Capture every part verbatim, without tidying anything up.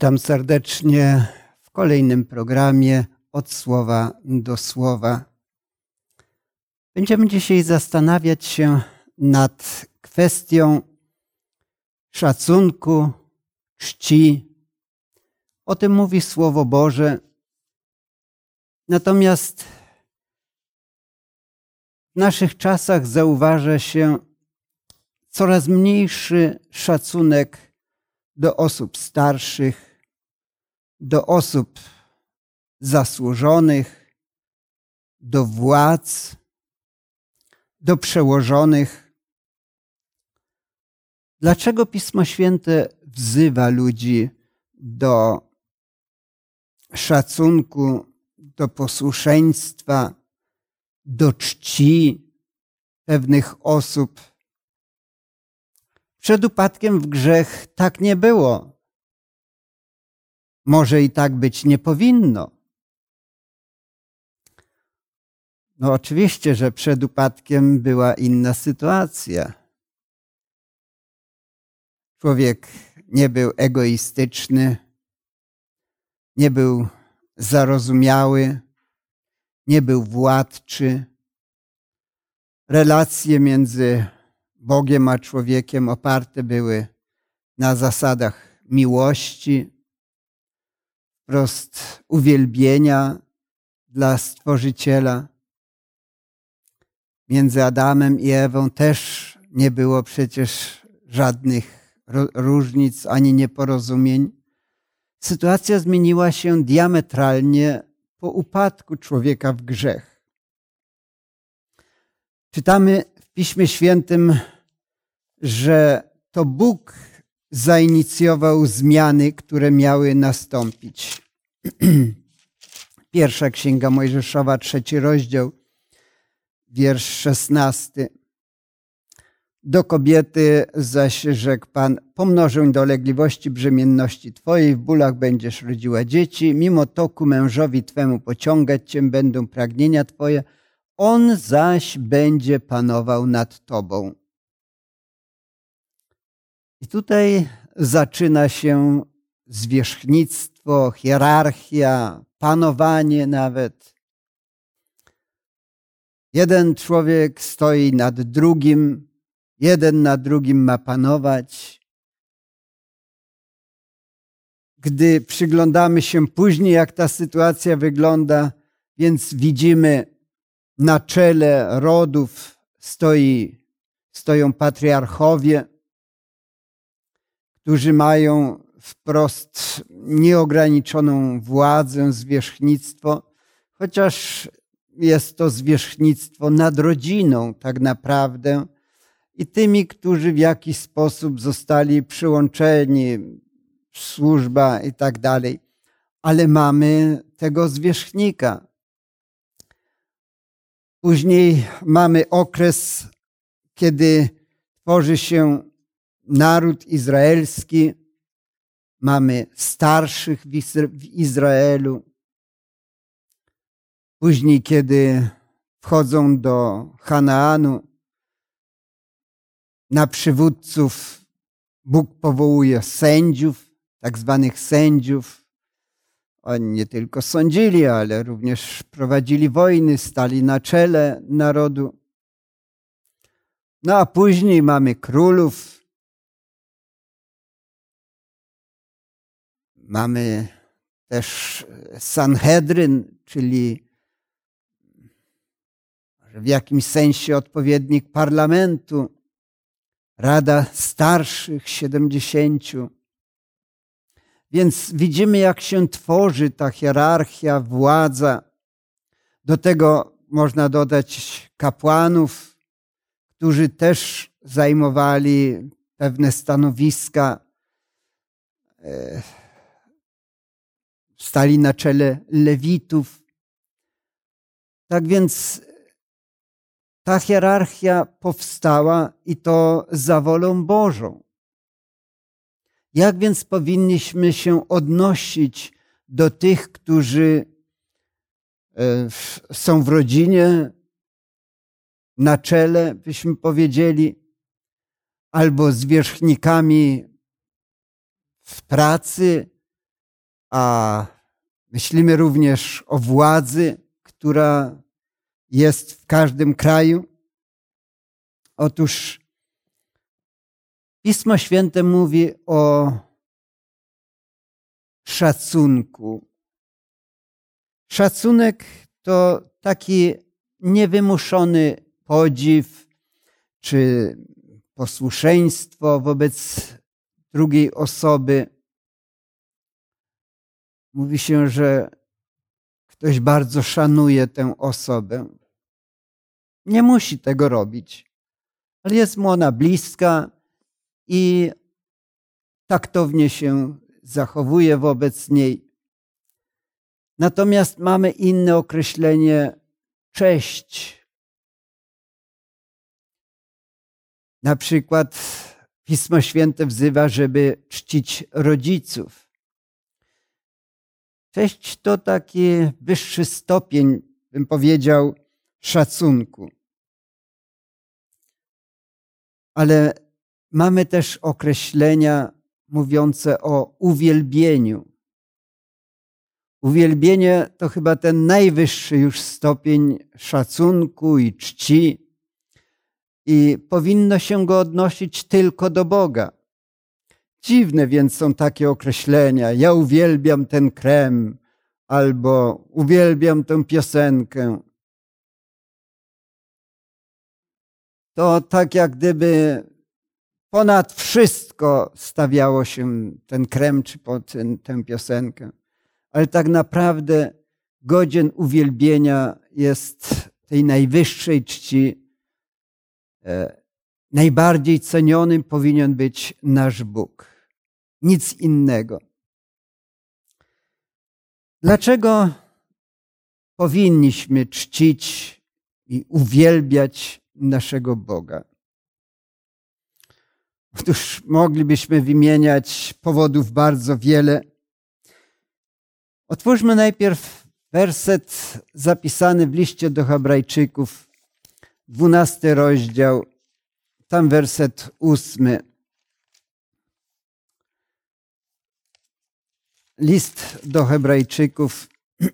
Witam serdecznie w kolejnym programie Od Słowa do Słowa. Będziemy dzisiaj zastanawiać się nad kwestią szacunku, czci. O tym mówi Słowo Boże. Natomiast w naszych czasach zauważa się coraz mniejszy szacunek do osób starszych, do osób zasłużonych, do władz, do przełożonych. Dlaczego Pismo Święte wzywa ludzi do szacunku, do posłuszeństwa, do czci pewnych osób? Przed upadkiem w grzech tak nie było. Może i tak być nie powinno. No oczywiście, że przed upadkiem była inna sytuacja. Człowiek nie był egoistyczny, nie był zarozumiały, nie był władczy. Relacje między Bogiem a człowiekiem oparte były na zasadach miłości, wprost uwielbienia dla Stworzyciela. Między Adamem i Ewą też nie było przecież żadnych różnic ani nieporozumień. Sytuacja zmieniła się diametralnie po upadku człowieka w grzech. Czytamy w Piśmie Świętym, że to Bóg zainicjował zmiany, które miały nastąpić. Pierwsza Księga Mojżeszowa, trzeci rozdział, wiersz szesnasty. Do kobiety zaś rzekł Pan: pomnożę dolegliwości brzemienności Twojej, w bólach będziesz rodziła dzieci, mimo to ku mężowi Twemu pociągać Cię będą pragnienia Twoje, on zaś będzie panował nad Tobą. I tutaj zaczyna się zwierzchnictwo, hierarchia, panowanie nawet. Jeden człowiek stoi nad drugim, jeden nad drugim ma panować. Gdy przyglądamy się później, jak ta sytuacja wygląda, więc widzimy, na czele rodów stoi, stoją patriarchowie, którzy mają wprost nieograniczoną władzę, zwierzchnictwo, chociaż jest to zwierzchnictwo nad rodziną tak naprawdę i tymi, którzy w jakiś sposób zostali przyłączeni, służba i tak dalej. Ale mamy tego zwierzchnika. Później mamy okres, kiedy tworzy się naród izraelski, mamy starszych w Izraelu. Później, kiedy wchodzą do Kanaanu, na przywódców Bóg powołuje sędziów, tak zwanych sędziów. Oni nie tylko sądzili, ale również prowadzili wojny, stali na czele narodu. No a później mamy królów. Mamy też Sanhedryn, czyli w jakimś sensie odpowiednik parlamentu, Rada Starszych siedemdziesięciu. Więc widzimy, jak się tworzy ta hierarchia, władza. Do tego można dodać kapłanów, którzy też zajmowali pewne stanowiska, stali na czele lewitów. Tak więc ta hierarchia powstała i to za wolą Bożą. Jak więc powinniśmy się odnosić do tych, którzy są w rodzinie, na czele, byśmy powiedzieli, albo zwierzchnikami w pracy, a myślimy również o władzy, która jest w każdym kraju. Otóż Pismo Święte mówi o szacunku. Szacunek to taki niewymuszony podziw czy posłuszeństwo wobec drugiej osoby. Mówi się, że ktoś bardzo szanuje tę osobę. Nie musi tego robić, ale jest mu ona bliska i taktownie się zachowuje wobec niej. Natomiast mamy inne określenie cześć. Na przykład Pismo Święte wzywa, żeby czcić rodziców. Cześć to taki wyższy stopień, bym powiedział, szacunku. Ale mamy też określenia mówiące o uwielbieniu. Uwielbienie to chyba ten najwyższy już stopień szacunku i czci i powinno się go odnosić tylko do Boga. Dziwne więc są takie określenia. Ja uwielbiam ten krem albo uwielbiam tę piosenkę. To tak jak gdyby ponad wszystko stawiało się ten krem czy pod tę piosenkę. Ale tak naprawdę godzien uwielbienia jest tej najwyższej czci. Najbardziej cenionym powinien być nasz Bóg. Nic innego. Dlaczego powinniśmy czcić i uwielbiać naszego Boga? Otóż moglibyśmy wymieniać powodów bardzo wiele. Otwórzmy najpierw werset zapisany w liście do Hebrajczyków, dwunasty rozdział, tam werset ósmy. List do Hebrajczyków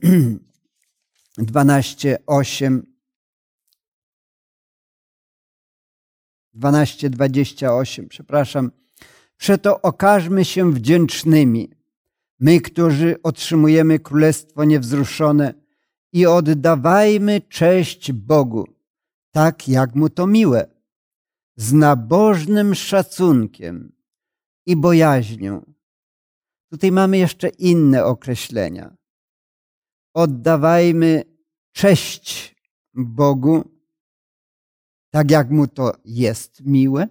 dwanaście, osiem. dwanaście, dwadzieścia osiem, przepraszam. Przeto okażmy się wdzięcznymi, my, którzy otrzymujemy Królestwo niewzruszone, i oddawajmy cześć Bogu, tak jak Mu to miłe, z nabożnym szacunkiem i bojaźnią. Tutaj mamy jeszcze inne określenia. Oddawajmy cześć Bogu, tak jak Mu to jest miłe,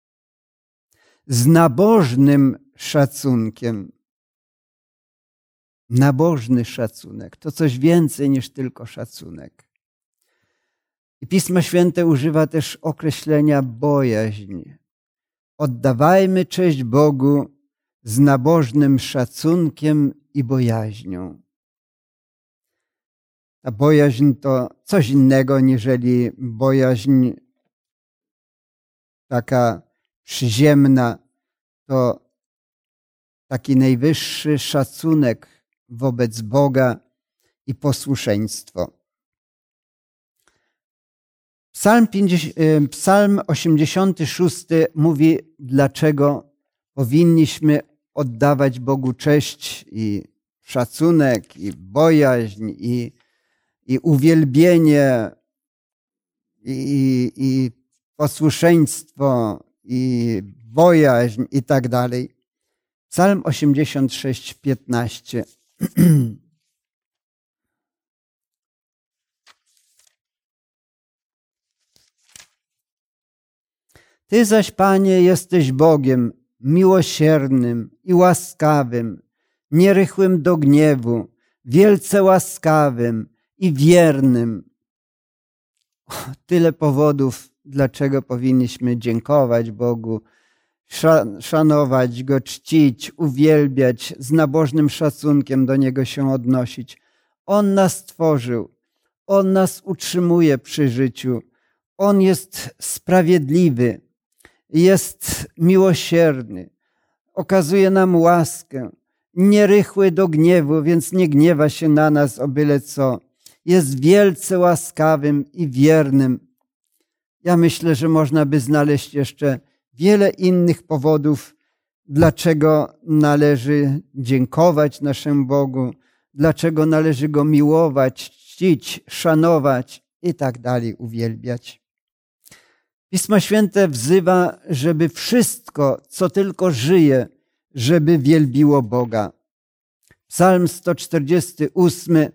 z nabożnym szacunkiem. Nabożny szacunek to coś więcej niż tylko szacunek. I Pismo Święte używa też określenia bojaźń. Oddawajmy cześć Bogu z nabożnym szacunkiem i bojaźnią. Ta bojaźń to coś innego niżeli bojaźń taka przyziemna. To taki najwyższy szacunek wobec Boga i posłuszeństwo. Psalm, pięćdziesiąty, Psalm osiemdziesiąty szósty mówi, dlaczego powinniśmy oddawać Bogu cześć i szacunek, i bojaźń, i, i uwielbienie, i, i posłuszeństwo, i bojaźń i tak dalej. Psalm osiemdziesiąty sześć, piętnaście. Ty zaś, Panie, jesteś Bogiem miłosiernym i łaskawym, nierychłym do gniewu, wielce łaskawym i wiernym. O, tyle powodów, dlaczego powinniśmy dziękować Bogu, szanować Go, czcić, uwielbiać, z nabożnym szacunkiem do Niego się odnosić. On nas stworzył, On nas utrzymuje przy życiu, On jest sprawiedliwy, jest miłosierny, okazuje nam łaskę, nierychły do gniewu, więc nie gniewa się na nas o byle co. Jest wielce łaskawym i wiernym. Ja myślę, że można by znaleźć jeszcze wiele innych powodów, dlaczego należy dziękować naszemu Bogu, dlaczego należy Go miłować, czcić, szanować i tak dalej, uwielbiać. Pismo Święte wzywa, żeby wszystko, co tylko żyje, żeby wielbiło Boga. Psalm sto czterdziesty ósmy,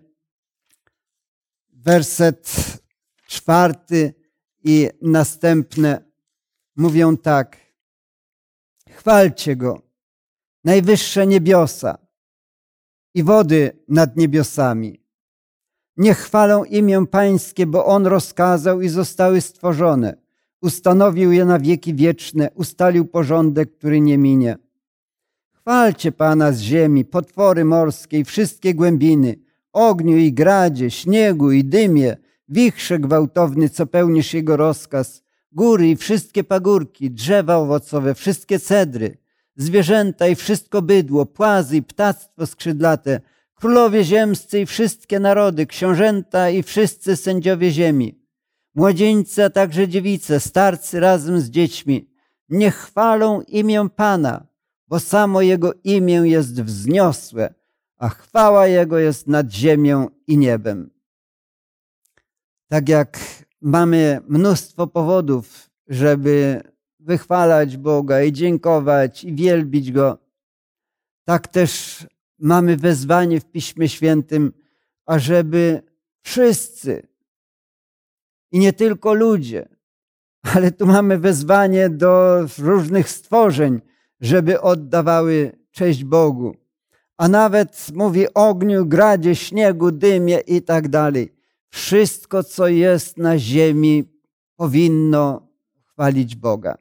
werset czwarty i następne mówią tak. Chwalcie Go, najwyższe niebiosa i wody nad niebiosami. Niech chwalą imię Pańskie, bo On rozkazał i zostały stworzone. Ustanowił je na wieki wieczne, ustalił porządek, który nie minie. Chwalcie Pana z ziemi, potwory morskie i wszystkie głębiny, ogniu i gradzie, śniegu i dymie, wichrze gwałtowny, co pełnisz Jego rozkaz, góry i wszystkie pagórki, drzewa owocowe, wszystkie cedry, zwierzęta i wszystko bydło, płazy i ptactwo skrzydlate, królowie ziemscy i wszystkie narody, książęta i wszyscy sędziowie ziemi, młodzieńcy, a także dziewice, starcy razem z dziećmi. Niech chwalą imię Pana, bo samo Jego imię jest wzniosłe, a chwała Jego jest nad ziemią i niebem. Tak jak mamy mnóstwo powodów, żeby wychwalać Boga i dziękować i wielbić Go, tak też mamy wezwanie w Piśmie Świętym, ażeby wszyscy, i nie tylko ludzie, ale tu mamy wezwanie do różnych stworzeń, żeby oddawały cześć Bogu. A nawet mówi ogniu, gradzie, śniegu, dymie i tak dalej. Wszystko, co jest na ziemi, powinno chwalić Boga.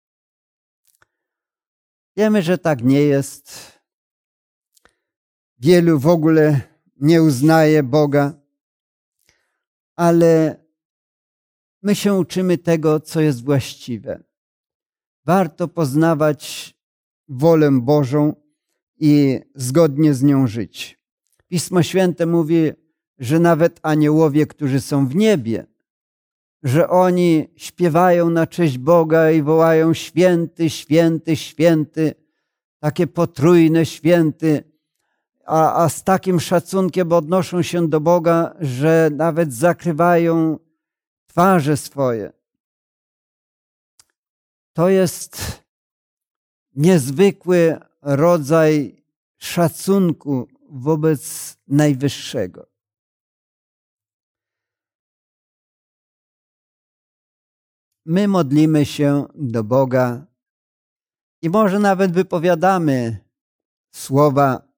Wiemy, że tak nie jest. Wielu w ogóle nie uznaje Boga, ale my się uczymy tego, co jest właściwe. Warto poznawać wolę Bożą i zgodnie z nią żyć. Pismo Święte mówi, że nawet aniołowie, którzy są w niebie, że oni śpiewają na cześć Boga i wołają święty, święty, święty, takie potrójne święty, a, a z takim szacunkiem odnoszą się do Boga, że nawet zakrywają twarze swoje. To jest niezwykły rodzaj szacunku wobec Najwyższego. My modlimy się do Boga i może nawet wypowiadamy słowa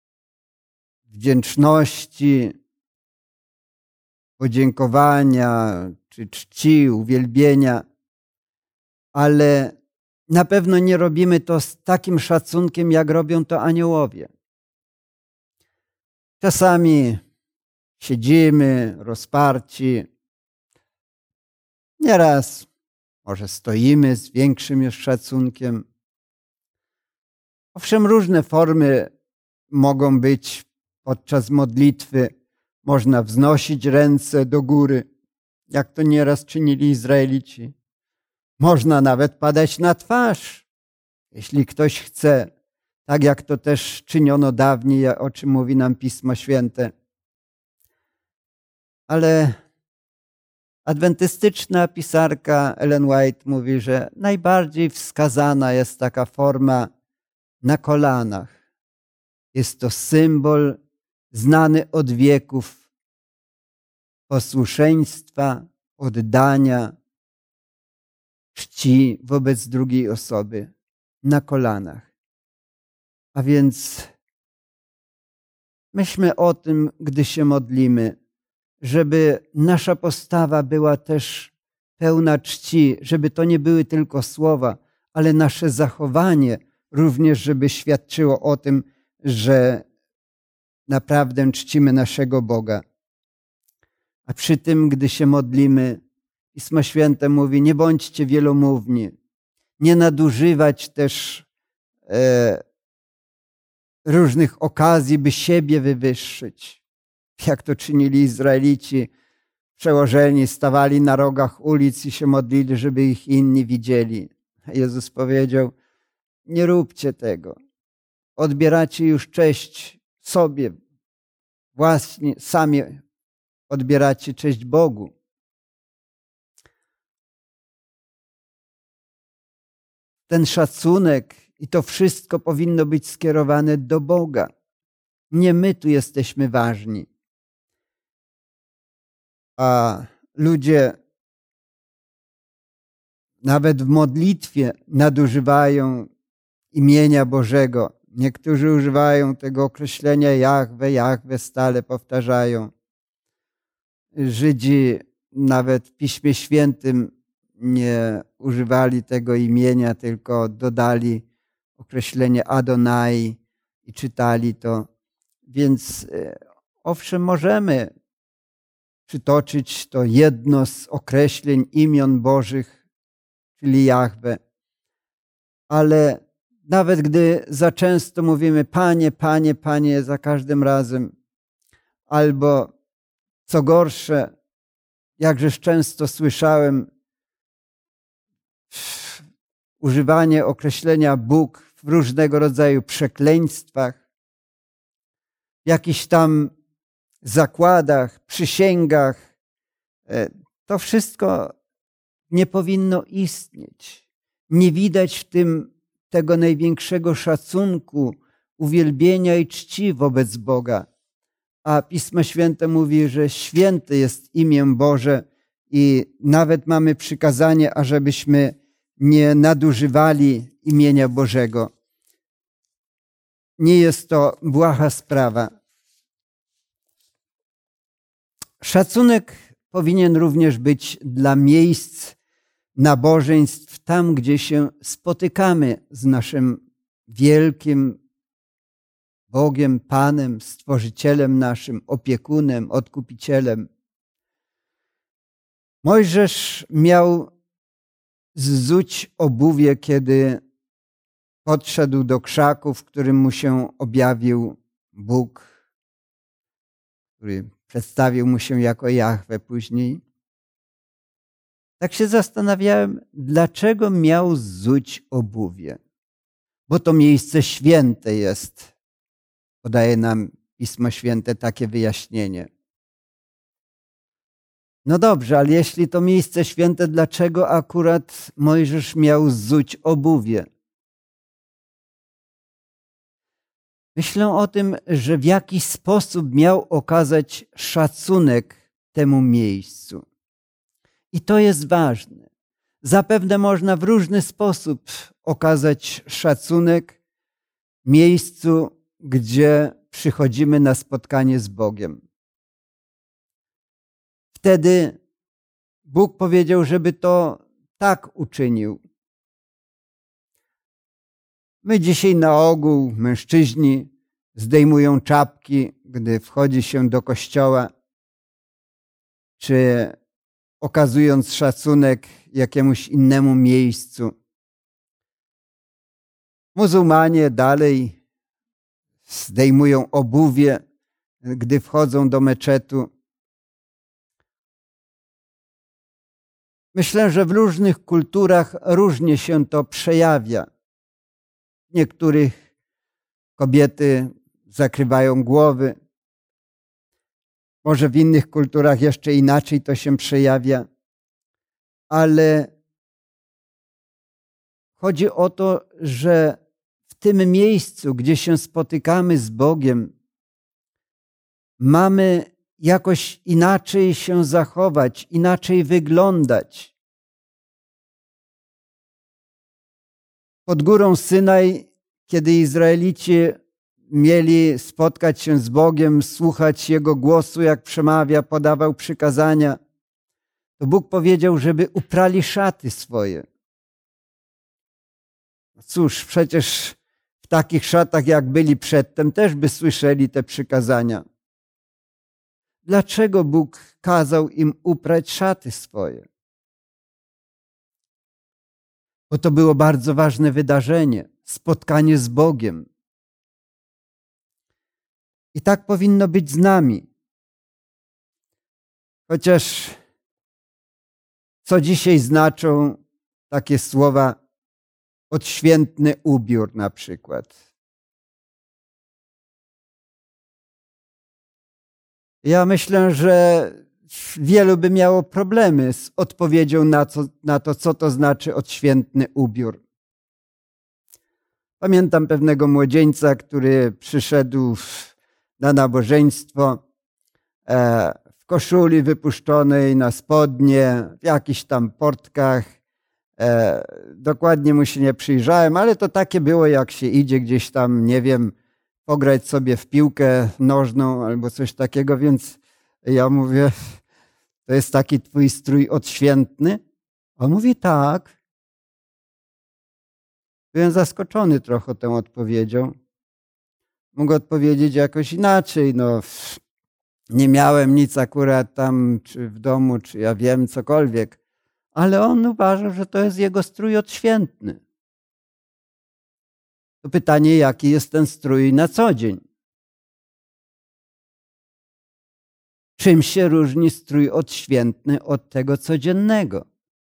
wdzięczności, podziękowania czy czci, uwielbienia, ale na pewno nie robimy to z takim szacunkiem, jak robią to aniołowie. Czasami siedzimy rozparci, nieraz może stoimy z większym już szacunkiem. Owszem, różne formy mogą być podczas modlitwy. Można wznosić ręce do góry, jak to nieraz czynili Izraelici. Można nawet padać na twarz, jeśli ktoś chce, tak jak to też czyniono dawniej, o czym mówi nam Pismo Święte. Ale adwentystyczna pisarka Ellen White mówi, że najbardziej wskazana jest taka forma na kolanach. Jest to symbol znany od wieków posłuszeństwa, oddania, czci wobec drugiej osoby na kolanach. A więc myślmy o tym, gdy się modlimy, żeby nasza postawa była też pełna czci, żeby to nie były tylko słowa, ale nasze zachowanie również, żeby świadczyło o tym, że naprawdę czcimy naszego Boga. A przy tym, gdy się modlimy, Pismo Święte mówi, nie bądźcie wielomówni, nie nadużywać też e, różnych okazji, by siebie wywyższyć. Jak to czynili Izraelici. Przełożeni stawali na rogach ulic i się modlili, żeby ich inni widzieli. Jezus powiedział, nie róbcie tego. Odbieracie już cześć sobie. Właśnie sami odbieracie cześć Bogu. Ten szacunek i to wszystko powinno być skierowane do Boga. Nie my tu jesteśmy ważni. A ludzie nawet w modlitwie nadużywają imienia Bożego. Niektórzy używają tego określenia Jahwe, Jahwe, stale powtarzają. Żydzi nawet w Piśmie Świętym nie używali tego imienia, tylko dodali określenie Adonai i czytali to. Więc owszem, możemy przytoczyć to jedno z określeń imion Bożych, czyli Jahwe. Ale nawet gdy za często mówimy Panie, Panie, Panie za każdym razem, albo co gorsze, jakżeż często słyszałem używanie określenia Bóg w różnego rodzaju przekleństwach, w jakichś tam zakładach, przysięgach. To wszystko nie powinno istnieć. Nie widać w tym tego największego szacunku, uwielbienia i czci wobec Boga. A Pismo Święte mówi, że święte jest imię Boże i nawet mamy przykazanie, ażebyśmy nie nadużywali imienia Bożego. Nie jest to błaha sprawa. Szacunek powinien również być dla miejsc nabożeństw, tam gdzie się spotykamy z naszym wielkim Bogiem, Panem, Stworzycielem naszym, opiekunem, odkupicielem. Mojżesz miał zzuć obuwie, kiedy podszedł do krzaku, w którym mu się objawił Bóg, który przedstawił mu się jako Jahwe później. Tak się zastanawiałem, dlaczego miał zzuć obuwie. Bo to miejsce święte jest. Podaje nam Pismo Święte takie wyjaśnienie. No dobrze, ale jeśli to miejsce święte, dlaczego akurat Mojżesz miał zzuć obuwie? Myślę o tym, że w jakiś sposób miał okazać szacunek temu miejscu. I to jest ważne. Zapewne można w różny sposób okazać szacunek miejscu, gdzie przychodzimy na spotkanie z Bogiem. Wtedy Bóg powiedział, żeby to tak uczynił. My dzisiaj na ogół, mężczyźni, zdejmują czapki, gdy wchodzi się do kościoła, czy okazując szacunek jakiemuś innemu miejscu. Muzułmanie dalej zdejmują obuwie, gdy wchodzą do meczetu. Myślę, że w różnych kulturach różnie się to przejawia. W niektórych kobiety zakrywają głowy. Może w innych kulturach jeszcze inaczej to się przejawia. Ale chodzi o to, że w tym miejscu, gdzie się spotykamy z Bogiem, mamy jakoś inaczej się zachować, inaczej wyglądać. Pod górą Synaj, kiedy Izraelici mieli spotkać się z Bogiem, słuchać Jego głosu, jak przemawia, podawał przykazania, to Bóg powiedział, żeby uprali szaty swoje. Cóż, przecież w takich szatach, jak byli przedtem, też by słyszeli te przykazania. Dlaczego Bóg kazał im uprać szaty swoje? Bo to było bardzo ważne wydarzenie, spotkanie z Bogiem. I tak powinno być z nami. Chociaż co dzisiaj znaczą takie słowa odświętny ubiór na przykład. Ja myślę, że wielu by miało problemy z odpowiedzią na, co, na to, co to znaczy odświętny ubiór. Pamiętam pewnego młodzieńca, który przyszedł na nabożeństwo w koszuli wypuszczonej na spodnie, w jakichś tam portkach. Dokładnie mu się nie przyjrzałem, ale to takie było, jak się idzie gdzieś tam, nie wiem, pograć sobie w piłkę nożną albo coś takiego, więc ja mówię, to jest taki twój strój odświętny? On mówi tak. Byłem zaskoczony trochę tą odpowiedzią. Mógł odpowiedzieć jakoś inaczej. No, nie miałem nic akurat tam, czy w domu, czy ja wiem, cokolwiek. Ale on uważał, że to jest jego strój odświętny. To pytanie, jaki jest ten strój na co dzień? Czym się różni strój odświętny od tego codziennego?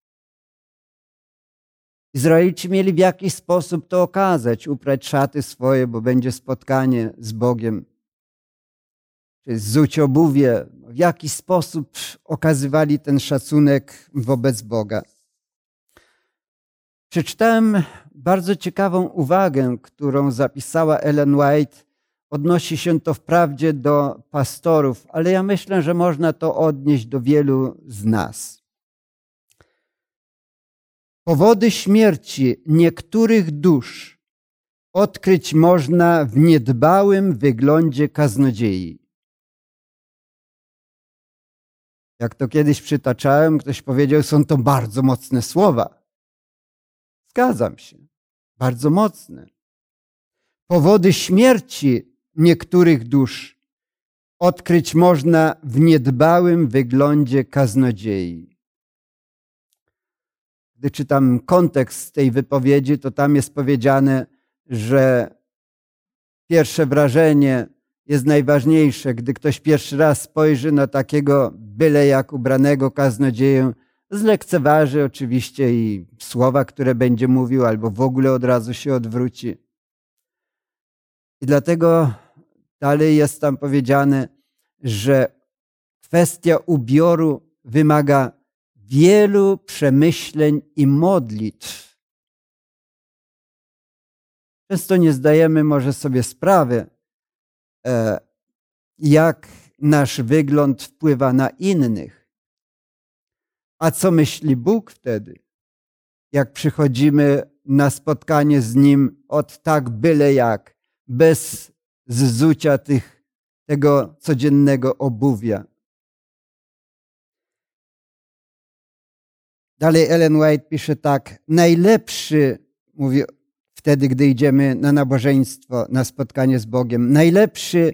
Izraelici mieli w jakiś sposób to okazać, uprać szaty swoje, bo będzie spotkanie z Bogiem, czy zuć obuwie. W jakiś sposób okazywali ten szacunek wobec Boga. Przeczytałem bardzo ciekawą uwagę, którą zapisała Ellen White. Odnosi się to wprawdzie do pastorów, ale ja myślę, że można to odnieść do wielu z nas. Powody śmierci niektórych dusz odkryć można w niedbałym wyglądzie kaznodziei. Jak to kiedyś przytaczałem, ktoś powiedział, są to bardzo mocne słowa. Zgadzam się, bardzo mocne. Powody śmierci niektórych dusz odkryć można w niedbałym wyglądzie kaznodziei. Gdy czytam kontekst tej wypowiedzi, to tam jest powiedziane, że pierwsze wrażenie jest najważniejsze. Gdy ktoś pierwszy raz spojrzy na takiego byle jak ubranego kaznodzieję, zlekceważy oczywiście i słowa, które będzie mówił, albo w ogóle od razu się odwróci. I dlatego dalej jest tam powiedziane, że kwestia ubioru wymaga wielu przemyśleń i modlitw. Często nie zdajemy może sobie sprawy, jak nasz wygląd wpływa na innych. A co myśli Bóg wtedy, jak przychodzimy na spotkanie z Nim od tak byle jak, bez zzucia tych, tego codziennego obuwia. Dalej Ellen White pisze tak, najlepszy, mówi wtedy, gdy idziemy na nabożeństwo, na spotkanie z Bogiem, najlepszy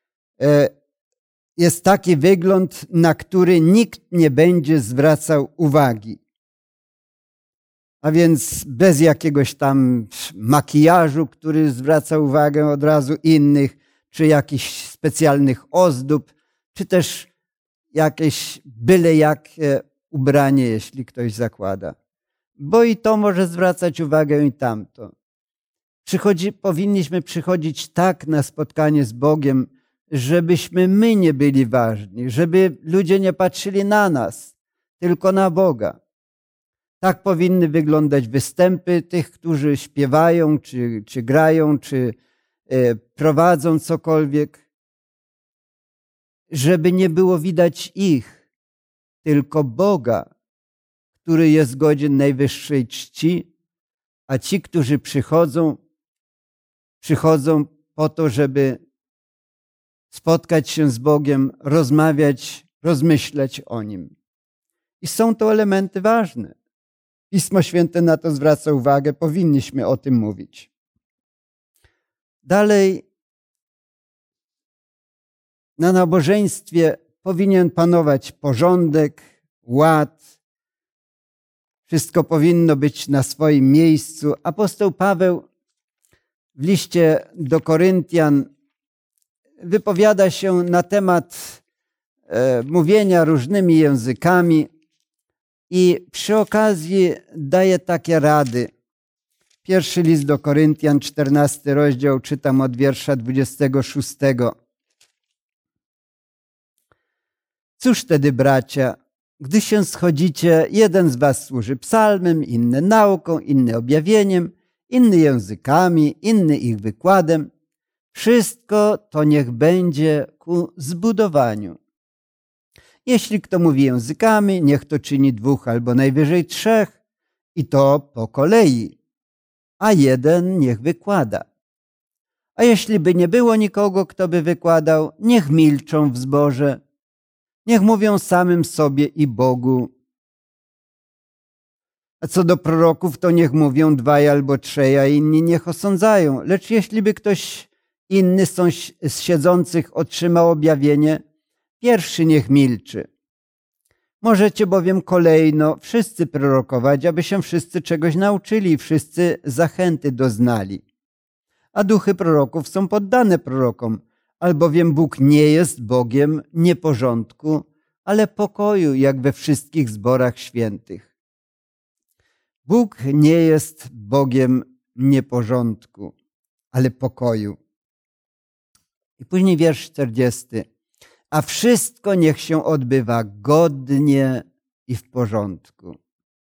jest taki wygląd, na który nikt nie będzie zwracał uwagi. A więc bez jakiegoś tam makijażu, który zwraca uwagę od razu innych, czy jakichś specjalnych ozdób, czy też jakieś byle jakie ubranie, jeśli ktoś zakłada. Bo i to może zwracać uwagę i tamto. Przychodzi, powinniśmy przychodzić tak na spotkanie z Bogiem, żebyśmy my nie byli ważni, żeby ludzie nie patrzyli na nas, tylko na Boga. Tak powinny wyglądać występy tych, którzy śpiewają, czy, czy grają, czy e, prowadzą cokolwiek, żeby nie było widać ich, tylko Boga, który jest godzien najwyższej czci, a ci, którzy przychodzą, przychodzą po to, żeby spotkać się z Bogiem, rozmawiać, rozmyślać o Nim. I są to elementy ważne. Pismo Święte na to zwraca uwagę, powinniśmy o tym mówić. Dalej, na nabożeństwie powinien panować porządek, ład. Wszystko powinno być na swoim miejscu. Apostoł Paweł w liście do Koryntian wypowiada się na temat e, mówienia różnymi językami i przy okazji daje takie rady. Pierwszy list do Koryntian, czternasty rozdział, czytam od wiersza dwudziestego szóstego. Cóż tedy, bracia, gdy się schodzicie, jeden z was służy psalmem, inny nauką, inny objawieniem, inny językami, inny ich wykładem. Wszystko to niech będzie ku zbudowaniu. Jeśli kto mówi językami, niech to czyni dwóch albo najwyżej trzech i to po kolei, a jeden niech wykłada. A jeśli by nie było nikogo, kto by wykładał, niech milczą w zborze, niech mówią samym sobie i Bogu. A co do proroków, to niech mówią dwaj albo trzej, a inni niech osądzają. Lecz jeśli by ktoś inny z siedzących otrzymał objawienie, pierwszy niech milczy. Możecie bowiem kolejno wszyscy prorokować, aby się wszyscy czegoś nauczyli i wszyscy zachęty doznali. A duchy proroków są poddane prorokom, albowiem Bóg nie jest Bogiem nieporządku, ale pokoju, jak we wszystkich zborach świętych. Bóg nie jest Bogiem nieporządku, ale pokoju. I później wiersz czterdziesty. A wszystko niech się odbywa godnie i w porządku.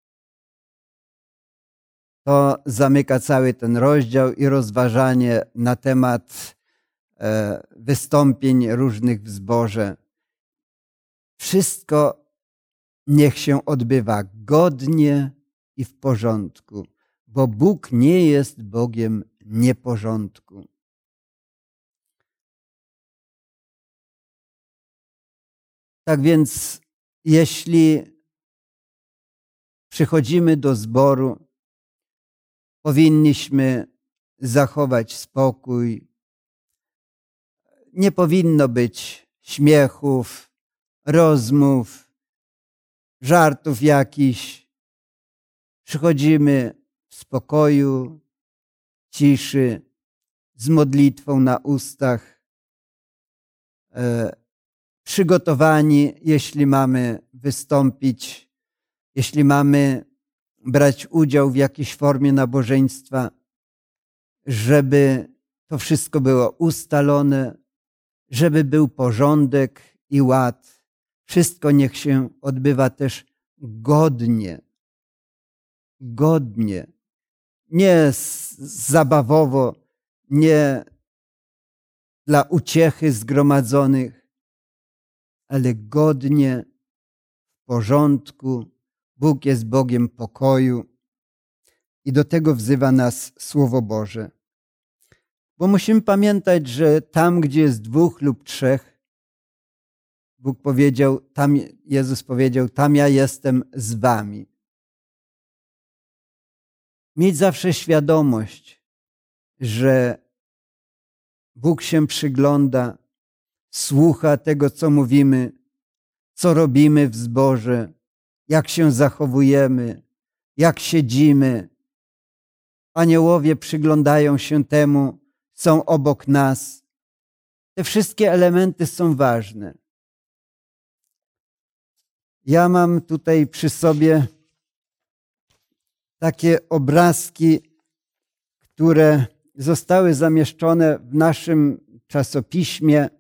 To zamyka cały ten rozdział i rozważanie na temat e, wystąpień różnych w zborze. Wszystko niech się odbywa godnie i w porządku, bo Bóg nie jest Bogiem nieporządku. Tak więc, jeśli przychodzimy do zboru, powinniśmy zachować spokój. Nie powinno być śmiechów, rozmów, żartów jakichś. Przychodzimy w spokoju, ciszy, z modlitwą na ustach, e, przygotowani, jeśli mamy wystąpić, jeśli mamy brać udział w jakiejś formie nabożeństwa, żeby to wszystko było ustalone, żeby był porządek i ład. Wszystko niech się odbywa też godnie. Godnie. Nie zabawowo, nie dla uciechy zgromadzonych, ale godnie, w porządku. Bóg jest Bogiem pokoju i do tego wzywa nas Słowo Boże. Bo musimy pamiętać, że tam, gdzie jest dwóch lub trzech, Bóg powiedział, tam Jezus powiedział, tam ja jestem z wami. Mieć zawsze świadomość, że Bóg się przygląda, słucha tego, co mówimy, co robimy w zborze, jak się zachowujemy, jak siedzimy. Aniołowie przyglądają się temu, są obok nas. Te wszystkie elementy są ważne. Ja mam tutaj przy sobie takie obrazki, które zostały zamieszczone w naszym czasopiśmie.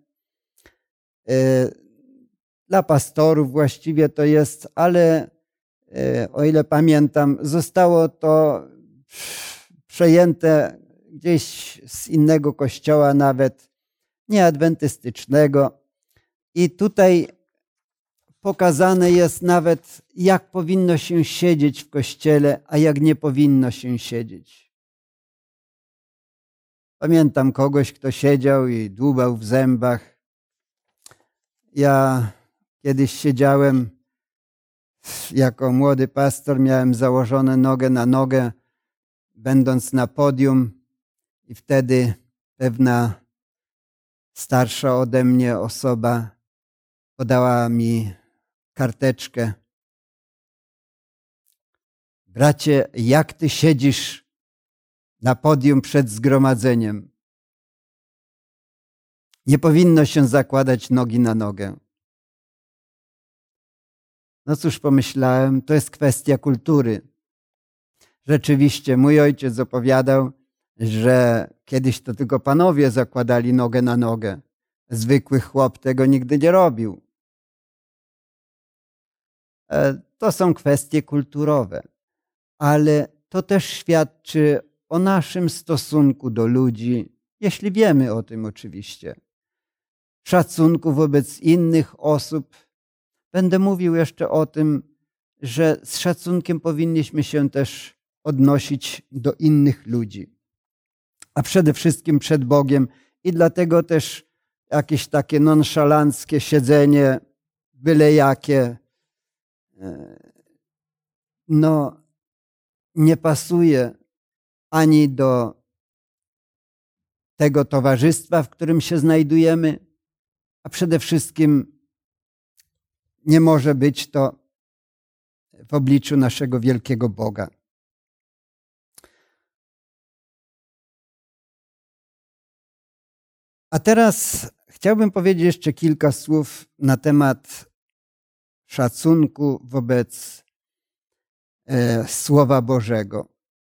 Dla pastorów właściwie to jest, ale o ile pamiętam, zostało to przejęte gdzieś z innego kościoła, nawet nieadwentystycznego. I tutaj pokazane jest nawet, jak powinno się siedzieć w kościele, a jak nie powinno się siedzieć. Pamiętam kogoś, kto siedział i dłubał w zębach. Ja kiedyś siedziałem jako młody pastor, miałem założone nogę na nogę, będąc na podium, i wtedy pewna starsza ode mnie osoba podała mi karteczkę. Bracie, jak ty siedzisz na podium przed zgromadzeniem? Nie powinno się zakładać nogi na nogę. No cóż, pomyślałem, to jest kwestia kultury. Rzeczywiście, mój ojciec opowiadał, że kiedyś to tylko panowie zakładali nogę na nogę. Zwykły chłop tego nigdy nie robił. To są kwestie kulturowe, ale to też świadczy o naszym stosunku do ludzi, jeśli wiemy o tym oczywiście. Szacunku wobec innych osób. Będę mówił jeszcze o tym, że z szacunkiem powinniśmy się też odnosić do innych ludzi, a przede wszystkim przed Bogiem. I dlatego też jakieś takie nonszalanckie siedzenie, byle jakie, no nie pasuje ani do tego towarzystwa, w którym się znajdujemy, a przede wszystkim nie może być to w obliczu naszego wielkiego Boga. A teraz chciałbym powiedzieć jeszcze kilka słów na temat szacunku wobec e, Słowa Bożego.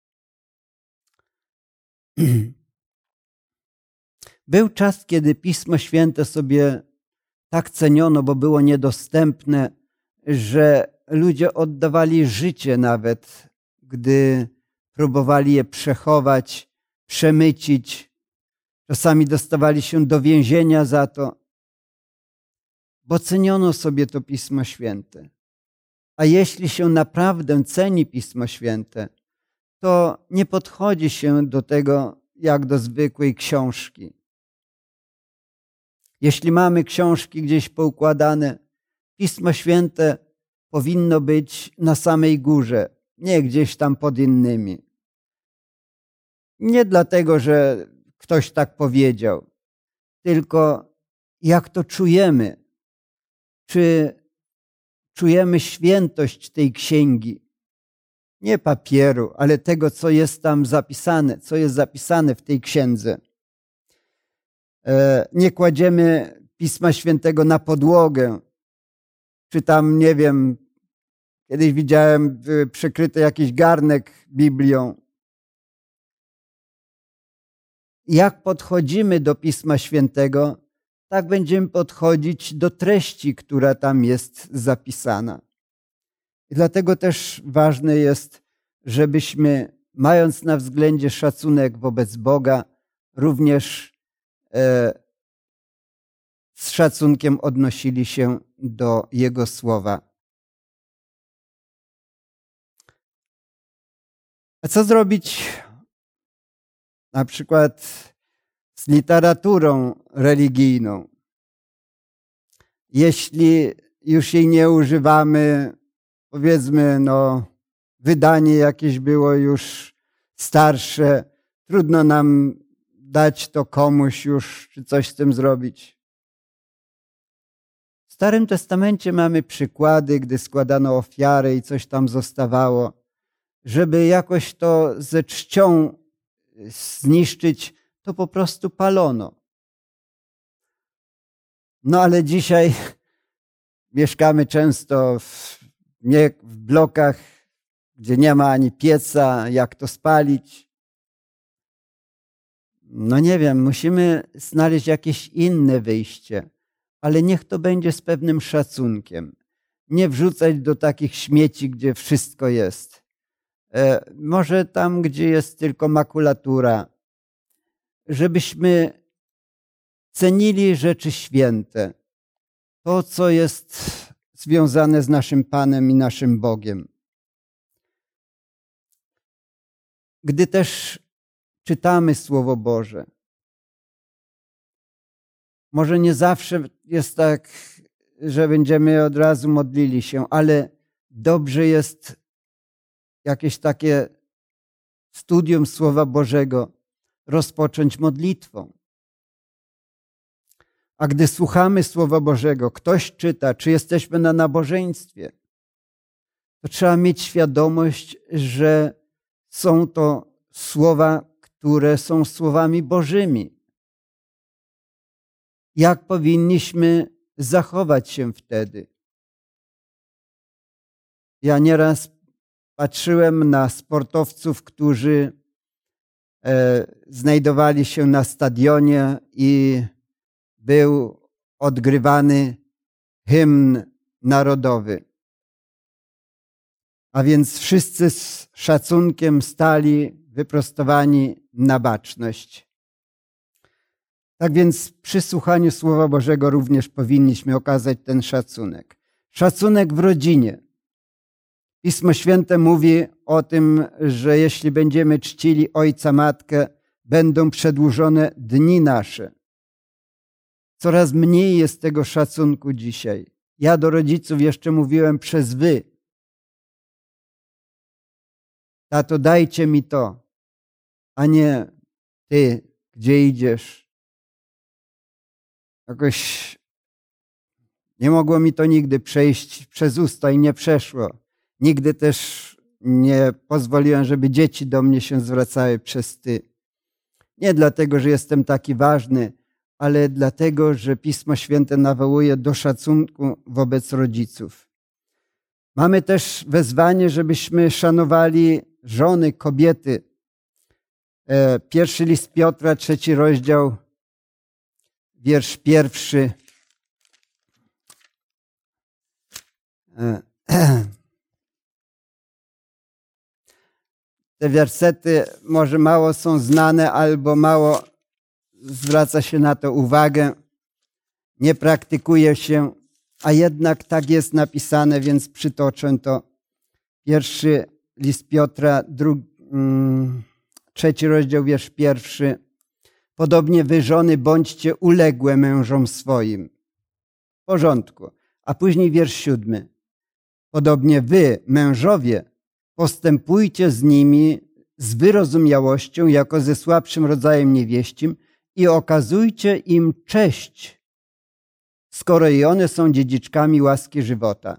Był czas, kiedy Pismo Święte sobie tak ceniono, bo było niedostępne, że ludzie oddawali życie nawet, gdy próbowali je przechować, przemycić. Czasami dostawali się do więzienia za to, bo ceniono sobie to Pismo Święte. A jeśli się naprawdę ceni Pismo Święte, to nie podchodzi się do tego jak do zwykłej książki. Jeśli mamy książki gdzieś poukładane, Pismo Święte powinno być na samej górze, nie gdzieś tam pod innymi. Nie dlatego, że ktoś tak powiedział, tylko jak to czujemy. Czy czujemy świętość tej księgi? Nie papieru, ale tego, co jest tam zapisane, co jest zapisane w tej księdze. Nie kładziemy Pisma Świętego na podłogę, czy tam, nie wiem, kiedyś widziałem przykryty jakiś garnek Biblią. Jak podchodzimy do Pisma Świętego, tak będziemy podchodzić do treści, która tam jest zapisana. I dlatego też ważne jest, żebyśmy, mając na względzie szacunek wobec Boga, również e, z szacunkiem odnosili się do Jego słowa. A co zrobić na przykład z literaturą religijną? Jeśli już jej nie używamy, powiedzmy, no, wydanie jakieś było już starsze, trudno nam dać to komuś już, czy coś z tym zrobić. W Starym Testamencie mamy przykłady, gdy składano ofiary i coś tam zostawało. Żeby jakoś to ze czcią zniszczyć, to po prostu palono. No ale dzisiaj mieszkamy często w, nie, w blokach, gdzie nie ma ani pieca, jak to spalić. No nie wiem, musimy znaleźć jakieś inne wyjście, ale niech to będzie z pewnym szacunkiem. Nie wrzucać do takich śmieci, gdzie wszystko jest. E, może tam, gdzie jest tylko makulatura. Żebyśmy cenili rzeczy święte. To, co jest związane z naszym Panem i naszym Bogiem. Gdy też czytamy Słowo Boże, może nie zawsze jest tak, że będziemy od razu modlili się, ale dobrze jest jakieś takie studium Słowa Bożego rozpocząć modlitwą. A gdy słuchamy Słowa Bożego, ktoś czyta, czy jesteśmy na nabożeństwie, to trzeba mieć świadomość, że są to słowa, które są słowami Bożymi. jak powinniśmy zachować się wtedy. Ja nieraz patrzyłem na sportowców, którzy e, znajdowali się na stadionie i był odgrywany hymn narodowy. A więc wszyscy z szacunkiem stali wyprostowani na baczność. Tak więc przy słuchaniu Słowa Bożego również powinniśmy okazać ten szacunek. Szacunek w rodzinie. Pismo Święte mówi o tym, że jeśli będziemy czcili ojca, matkę, będą przedłużone dni nasze. Coraz mniej jest tego szacunku dzisiaj. Ja do rodziców jeszcze mówiłem przez wy. Tato, dajcie mi to, a nie ty, gdzie idziesz. Jakoś nie mogło mi to nigdy przejść przez usta i nie przeszło. Nigdy też nie pozwoliłem, żeby dzieci do mnie się zwracały przez ty. Nie dlatego, że jestem taki ważny, ale dlatego, że Pismo Święte nawołuje do szacunku wobec rodziców. Mamy też wezwanie, żebyśmy szanowali żony, kobiety. Pierwszy list Piotra, trzeci rozdział, wiersz pierwszy. Te wersety może mało są znane albo mało zwraca się na to uwagę, nie praktykuje się, a jednak tak jest napisane, więc przytoczę to. Pierwszy list Piotra, drugi, mm, trzeci rozdział, wiersz pierwszy. Podobnie wy, żony, bądźcie uległe mężom swoim. W porządku. A później wiersz siódmy. Podobnie wy, mężowie, postępujcie z nimi z wyrozumiałością, jako ze słabszym rodzajem niewieścim i okazujcie im cześć, skoro i one są dziedziczkami łaski żywota.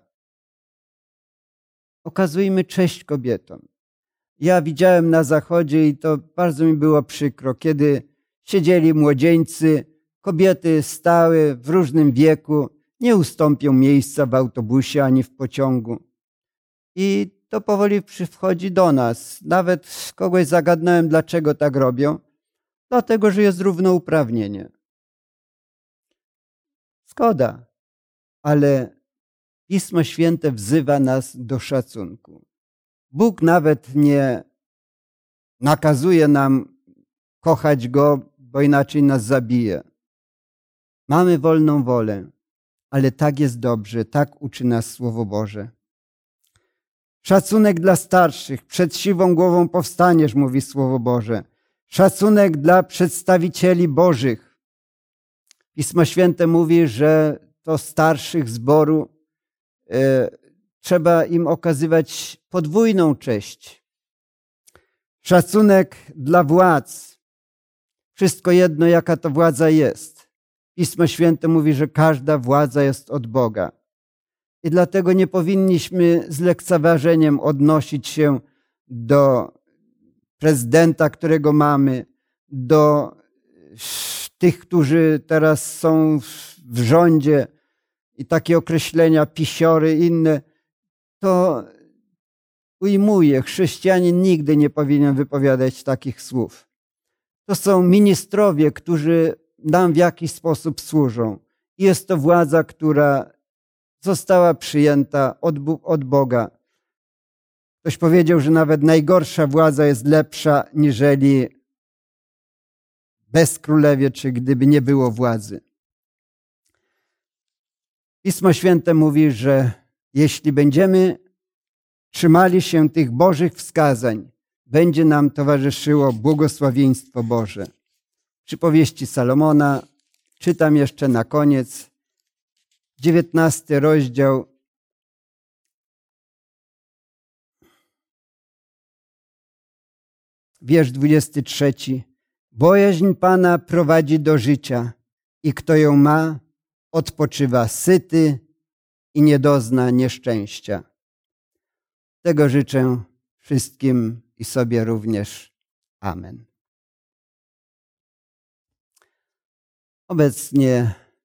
Okazujmy cześć kobietom. Ja widziałem na zachodzie i to bardzo mi było przykro, kiedy siedzieli młodzieńcy, kobiety stały w różnym wieku, nie ustąpią miejsca w autobusie ani w pociągu. I to powoli przychodzi do nas. Nawet kogoś zagadnąłem, dlaczego tak robią. Dlatego, że jest równouprawnienie. Zgoda, ale Pismo Święte wzywa nas do szacunku. Bóg nawet nie nakazuje nam kochać Go, bo inaczej nas zabije. Mamy wolną wolę, ale tak jest dobrze, tak uczy nas Słowo Boże. Szacunek dla starszych, przed siwą głową powstaniesz, mówi Słowo Boże. Szacunek dla przedstawicieli Bożych. Pismo Święte mówi, że to starszych zboru e, trzeba im okazywać podwójną cześć. Szacunek dla władz. Wszystko jedno, jaka to władza jest. Pismo Święte mówi, że każda władza jest od Boga. I dlatego nie powinniśmy z lekceważeniem odnosić się do prezydenta, którego mamy, do tych, którzy teraz są w rządzie i takie określenia pisiory, inne. To ujmuje, chrześcijanin nigdy nie powinien wypowiadać takich słów. To są ministrowie, którzy nam w jakiś sposób służą. Jest to władza, która została przyjęta od, od Boga. Ktoś powiedział, że nawet najgorsza władza jest lepsza niżeli bezkrólewie, czy gdyby nie było władzy. Pismo Święte mówi, że jeśli będziemy trzymali się tych Bożych wskazań, będzie nam towarzyszyło błogosławieństwo Boże. Przypowieści Salomona, czytam jeszcze na koniec, dziewiętnasty rozdział, wiersz dwudziesty trzeci. Bojaźń Pana prowadzi do życia i kto ją ma, odpoczywa syty i nie dozna nieszczęścia. Tego życzę wszystkim i sobie również. Amen. Obecnie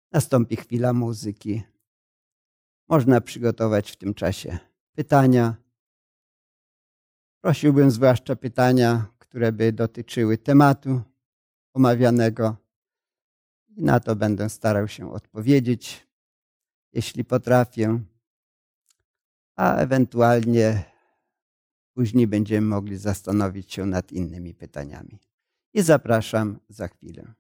Nastąpi chwila muzyki. Można przygotować w tym czasie pytania. Prosiłbym zwłaszcza pytania, które by dotyczyły tematu omawianego. I na to będę starał się odpowiedzieć, jeśli potrafię. A ewentualnie później będziemy mogli zastanowić się nad innymi pytaniami. I zapraszam za chwilę.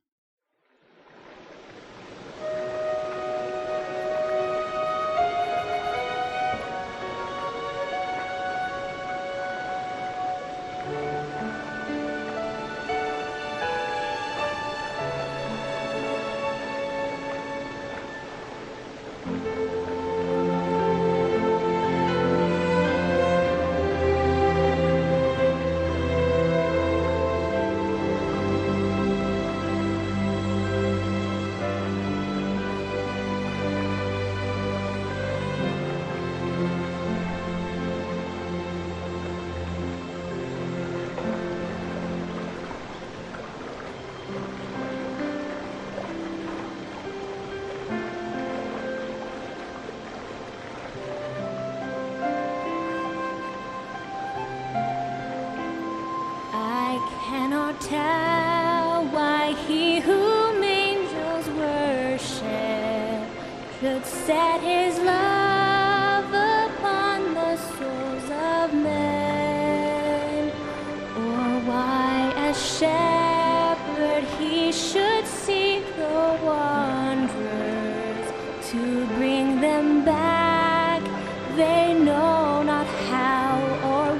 Tell why he whom angels worship should set his love upon the souls of men, or why as shepherd he should seek the wanderers to bring them back, they know not how or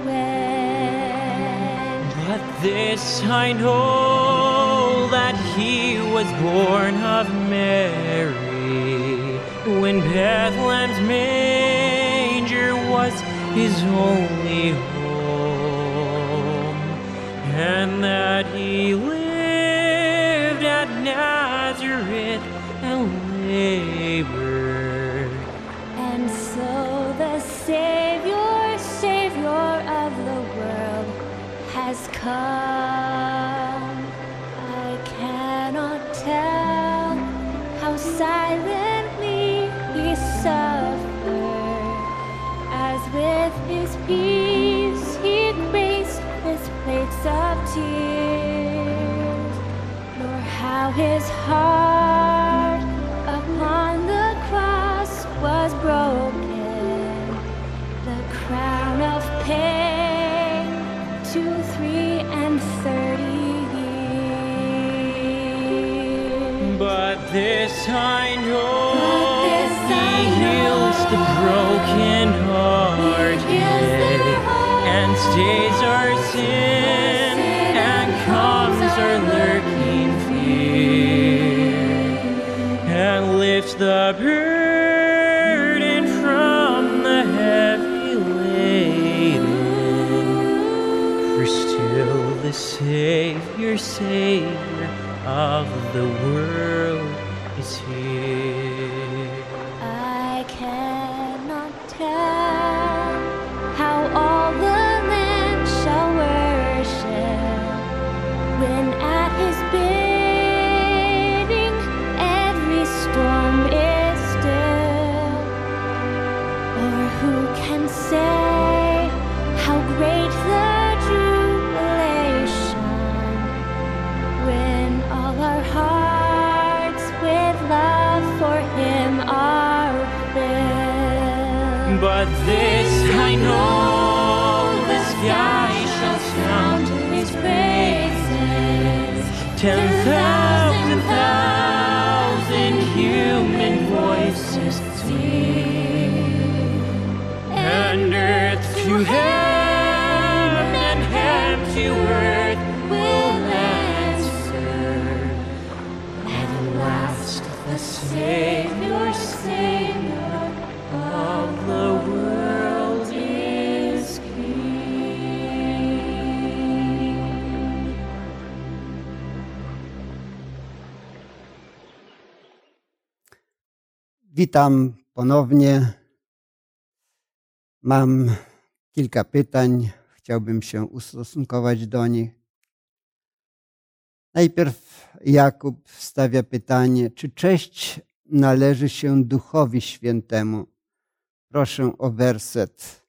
when. But this I know, that he was born of Mary, when Bethlehem's manger was his only home, and that he lived at Nazareth and labored. And so the Savior, Savior of the world has come. I cannot tell how silently he suffered, as with his peace he graced his plates of tears, nor how his heart upon the cross was broken, the crown of pain to three and thirty years. But this I know, But this he I know, heals the broken hearted, He heals their hearts, and stays our sin, and calms our lurking fear, and lifts the burden from the heavy laden. For still the Savior, Savior of the world is here. I cannot tell how all the land shall worship, when at his bidding every storm is still. Or who can say how great the jubilation, when all our hearts with love for him are filled. But this I know, the sky shall sound his praises. ten thousand thousand human voices sing, and earth to heaven and heaven to earth will answer. At last the Savior, Savior of the world is King. Witam ponownie. Mam kilka pytań. Chciałbym się ustosunkować do nich. Najpierw Jakub stawia pytanie, czy cześć należy się Duchowi Świętemu. Proszę o werset.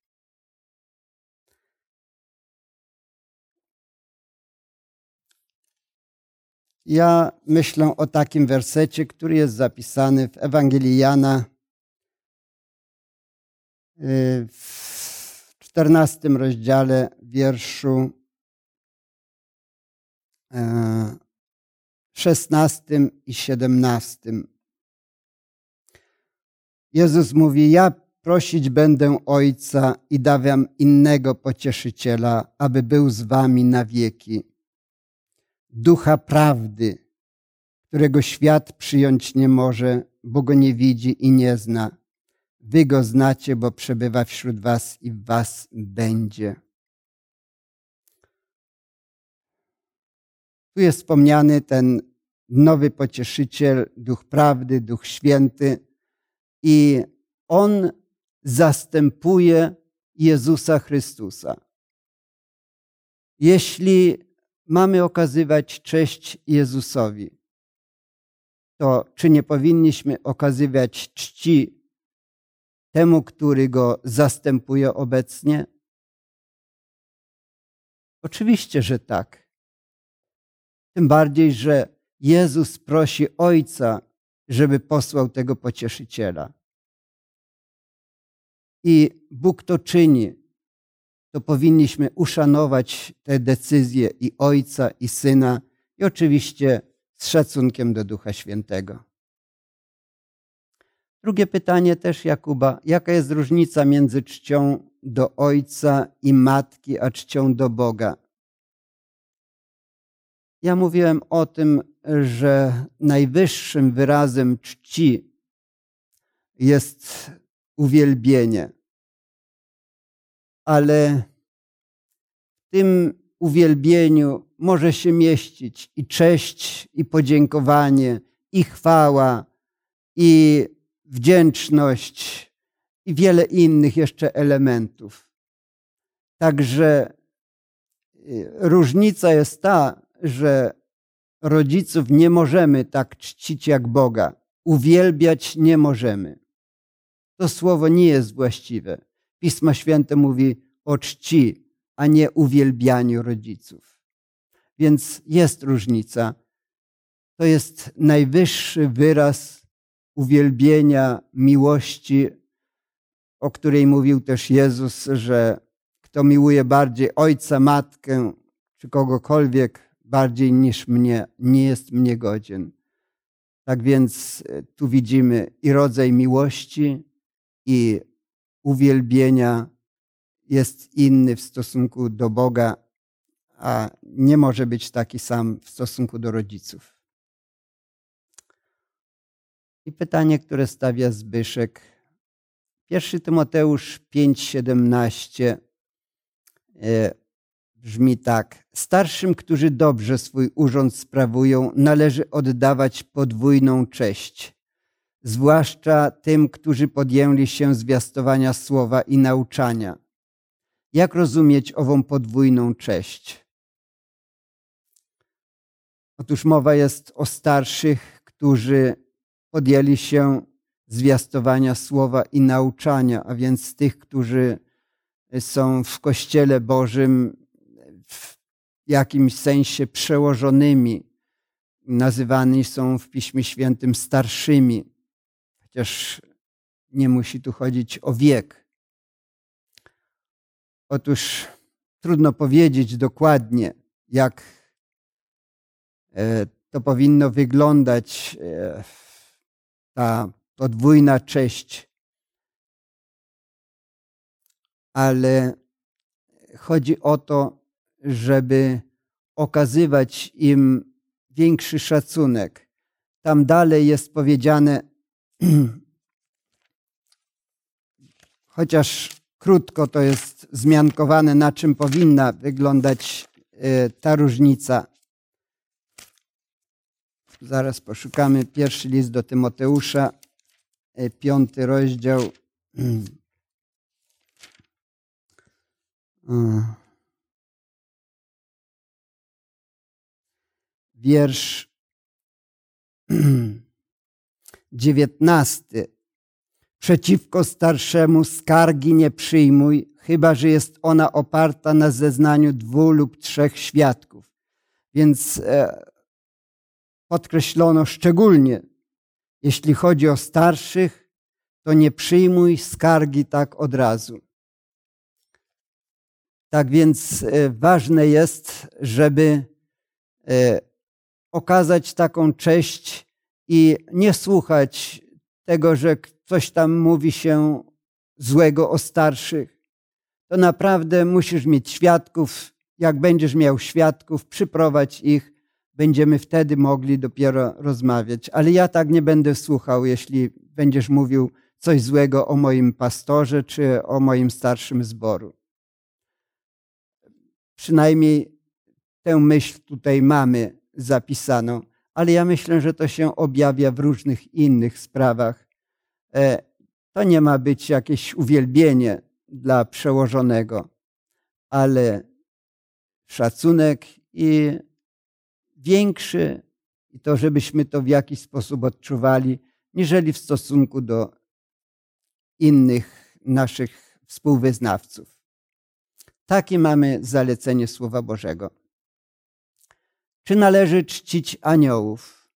Ja myślę o takim wersecie, który jest zapisany w Ewangelii Jana w czternastym rozdziale, wierszu szesnastym i siedemnastym. Jezus mówi: ja prosić będę Ojca i da wam innego pocieszyciela, aby był z wami na wieki. Ducha prawdy, którego świat przyjąć nie może, bo go nie widzi i nie zna. Wy go znacie, bo przebywa wśród was i w was będzie. Tu jest wspomniany ten nowy pocieszyciel, Duch Prawdy, Duch Święty, i on zastępuje Jezusa Chrystusa. Jeśli mamy okazywać cześć Jezusowi, to czy nie powinniśmy okazywać czci temu, który go zastępuje obecnie? Oczywiście, że tak. Tym bardziej, że Jezus prosi Ojca, żeby posłał tego pocieszyciela. I Bóg to czyni. To powinniśmy uszanować te decyzje i Ojca, i Syna, i oczywiście z szacunkiem do Ducha Świętego. Drugie pytanie też Jakuba. Jaka jest różnica między czcią do Ojca i Matki, a czcią do Boga? Ja mówiłem o tym, że najwyższym wyrazem czci jest uwielbienie. Ale w tym uwielbieniu może się mieścić i cześć, i podziękowanie, i chwała, i wdzięczność, i wiele innych jeszcze elementów. Także różnica jest ta, że rodziców nie możemy tak czcić jak Boga. Uwielbiać nie możemy. To słowo nie jest właściwe. Pismo Święte mówi o czci, a nie uwielbianiu rodziców. Więc jest różnica. To jest najwyższy wyraz uwielbienia, miłości, o której mówił też Jezus, że kto miłuje bardziej ojca, matkę, czy kogokolwiek bardziej niż mnie, nie jest mnie godzien. Tak więc tu widzimy i rodzaj miłości, i uwielbienia jest inny w stosunku do Boga, a nie może być taki sam w stosunku do rodziców. I pytanie, które stawia Zbyszek. Pierwszy Tymoteusz pięć siedemnaście brzmi tak. Starszym, którzy dobrze swój urząd sprawują, należy oddawać podwójną cześć, zwłaszcza tym, którzy podjęli się zwiastowania słowa i nauczania. Jak rozumieć ową podwójną cześć? Otóż mowa jest o starszych, którzy podjęli się zwiastowania słowa i nauczania, a więc tych, którzy są w Kościele Bożym w jakimś sensie przełożonymi. Nazywani są w Piśmie Świętym starszymi, chociaż nie musi tu chodzić o wiek. Otóż trudno powiedzieć dokładnie, jak to powinno wyglądać, ta podwójna cześć, ale chodzi o to, żeby okazywać im większy szacunek. Tam dalej jest powiedziane, chociaż krótko to jest zmiankowane, na czym powinna wyglądać ta różnica. Zaraz poszukamy. Pierwszy list do Tymoteusza, piąty rozdział. Wiersz dziewiętnasty. Przeciwko starszemu skargi nie przyjmuj, chyba że jest ona oparta na zeznaniu dwóch lub trzech świadków. Więc e, podkreślono szczególnie, jeśli chodzi o starszych, to nie przyjmuj skargi tak od razu. Tak więc e, ważne jest, żeby e, okazać taką cześć i nie słuchać tego, że coś tam mówi się złego o starszych. To naprawdę musisz mieć świadków. Jak będziesz miał świadków, przyprowadź ich. Będziemy wtedy mogli dopiero rozmawiać. Ale ja tak nie będę słuchał, jeśli będziesz mówił coś złego o moim pastorze czy o moim starszym zboru. Przynajmniej tę myśl tutaj mamy zapisaną, ale ja myślę, że to się objawia w różnych innych sprawach. To nie ma być jakieś uwielbienie dla przełożonego, ale szacunek i większy, i to, żebyśmy to w jakiś sposób odczuwali, niżeli w stosunku do innych naszych współwyznawców. Takie mamy zalecenie Słowa Bożego. Czy należy czcić aniołów?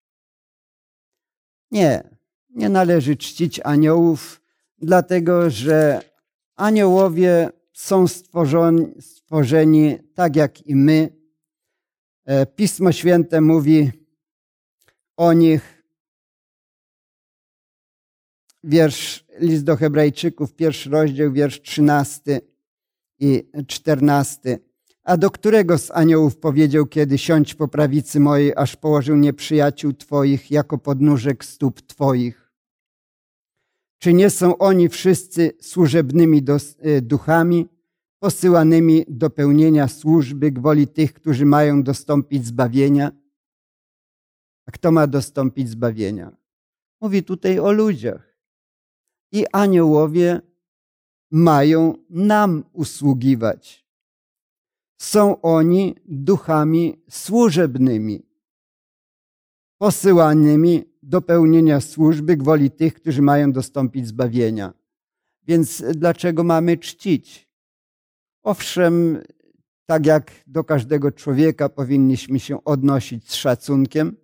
Nie, nie należy czcić aniołów, dlatego że aniołowie są stworzeni, stworzeni tak jak i my. Pismo Święte mówi o nich. Wiersz, list do Hebrajczyków, pierwszy rozdział, wiersz trzynasty i czternasty. A do którego z aniołów powiedział kiedy: siądź po prawicy mojej, aż położył nieprzyjaciół Twoich jako podnóżek stóp Twoich? Czy nie są oni wszyscy służebnymi duchami, posyłanymi do pełnienia służby gwoli tych, którzy mają dostąpić zbawienia? A kto ma dostąpić zbawienia? Mówi tutaj o ludziach. I aniołowie mają nam usługiwać. Są oni duchami służebnymi, posyłanymi do pełnienia służby gwoli tych, którzy mają dostąpić zbawienia. Więc dlaczego mamy czcić? Owszem, tak jak do każdego człowieka powinniśmy się odnosić z szacunkiem,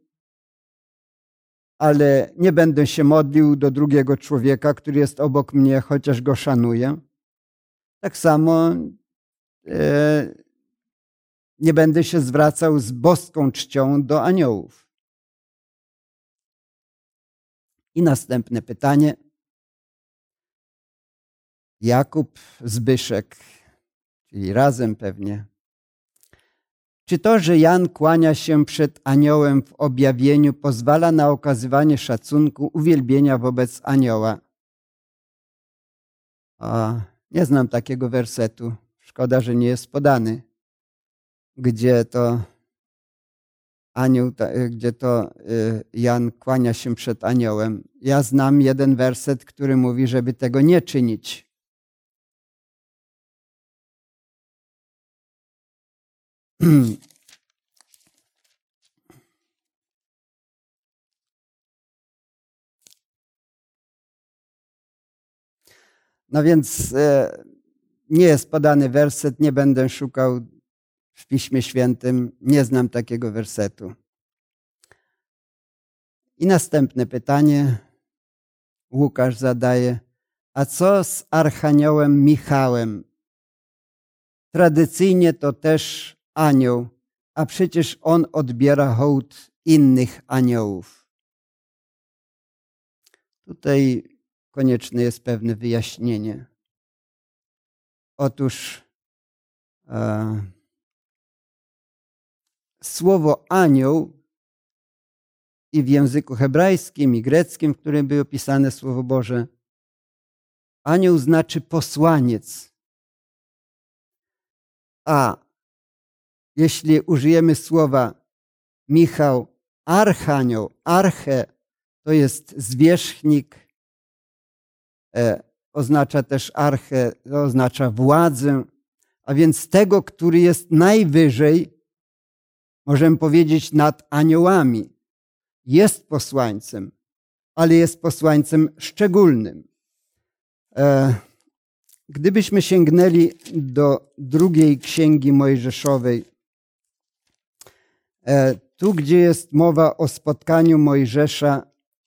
ale nie będę się modlił do drugiego człowieka, który jest obok mnie, chociaż go szanuję. Tak samo e, nie będę się zwracał z boską czcią do aniołów. I następne pytanie. Jakub, Zbyszek, czyli razem pewnie. Czy to, że Jan kłania się przed aniołem w objawieniu, pozwala na okazywanie szacunku, uwielbienia wobec anioła? O, nie znam takiego wersetu. Szkoda, że nie jest podany. Gdzie to anioł, gdzie to Jan kłania się przed aniołem. Ja znam jeden werset, który mówi, żeby tego nie czynić. No więc nie jest podany werset, nie będę szukał w Piśmie Świętym, nie znam takiego wersetu. I następne pytanie Łukasz zadaje: a co z archaniołem Michałem? Tradycyjnie to też anioł, a przecież on odbiera hołd innych aniołów. Tutaj konieczne jest pewne wyjaśnienie. Otóż e, słowo anioł i w języku hebrajskim i greckim, w którym było pisane Słowo Boże, anioł znaczy posłaniec. A jeśli użyjemy słowa Michał, archanioł, arche, to jest zwierzchnik, e, oznacza też arche, to oznacza władzę, a więc tego, który jest najwyżej, możemy powiedzieć, nad aniołami. Jest posłańcem, ale jest posłańcem szczególnym. Gdybyśmy sięgnęli do drugiej księgi Mojżeszowej, tu, gdzie jest mowa o spotkaniu Mojżesza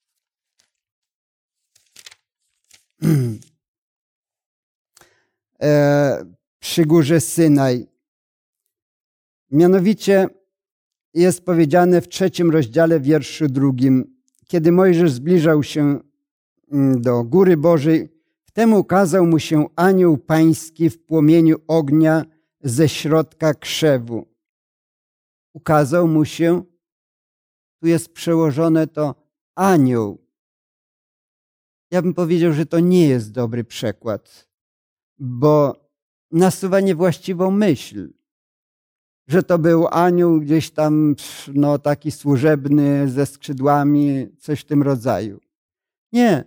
przy górze Synaj. Mianowicie jest powiedziane w trzecim rozdziale, wierszu drugim, kiedy Mojżesz zbliżał się do góry Bożej, wtedy ukazał mu się anioł pański w płomieniu ognia ze środka krzewu. Ukazał mu się, tu jest przełożone to anioł. Ja bym powiedział, że to nie jest dobry przekład, bo nasuwa niewłaściwą myśl, że to był anioł gdzieś tam, no taki służebny, ze skrzydłami, coś w tym rodzaju. Nie.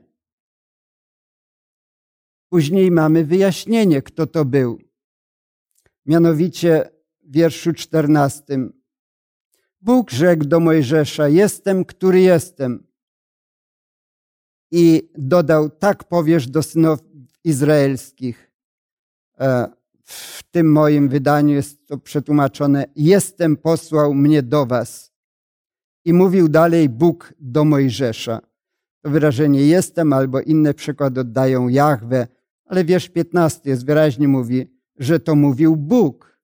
Później mamy wyjaśnienie, kto to był. Mianowicie w wierszu czternastym. Bóg rzekł do Mojżesza, jestem, który jestem. I dodał, tak powiesz do synów izraelskich. W tym moim wydaniu jest to przetłumaczone, jestem posłał mnie do was. I mówił dalej Bóg do Mojżesza. To wyrażenie jestem albo inne przykłady oddają Jahwe, ale wiersz piętnasty jest wyraźnie mówi, że to mówił Bóg.